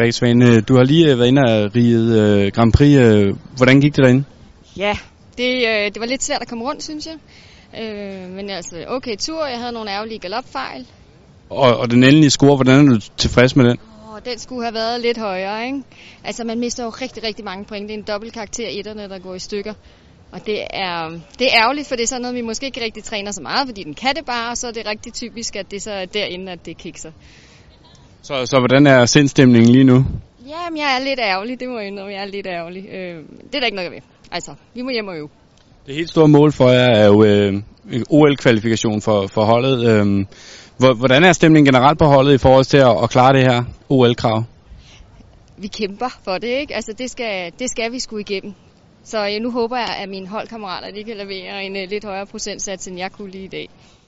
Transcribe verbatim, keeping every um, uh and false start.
Rikke Svane, du har lige været inde og riget Grand Prix. Hvordan gik det derinde? Ja, det, det var lidt svært at komme rundt, synes jeg. Øh, men altså, okay tur. Jeg havde nogle ærgerlige galopfejl. Og, og den endelige score, hvordan er du tilfreds med den? Oh, den skulle have været lidt højere, ikke? Altså, man mister jo rigtig, rigtig mange point. Det er en dobbelt karakter etterne, der går i stykker. Og det er, det er ærgerligt, for det er sådan noget, vi måske ikke rigtig træner så meget, fordi den kan det bare, og så er det rigtig typisk, at det så er derinde, at det kikser. Så, så hvordan er sindstemningen lige nu? Jamen, jeg er lidt ærgerlig, det må jeg indrømme, jeg er lidt ærgerlig. Øh, det er der ikke noget ved. Altså, vi må hjem og øve. Det helt store mål for jer er jo øh, O L-kvalifikation for, for holdet. Øh, hvordan er stemningen generelt på holdet i forhold til at, at klare det her O L-krav? Vi kæmper for det, ikke? Altså, det skal, det skal vi sgu igennem. Så nu håber jeg, at mine holdkammerater de kan levere en uh, lidt højere procentsats, end jeg kunne lige i dag.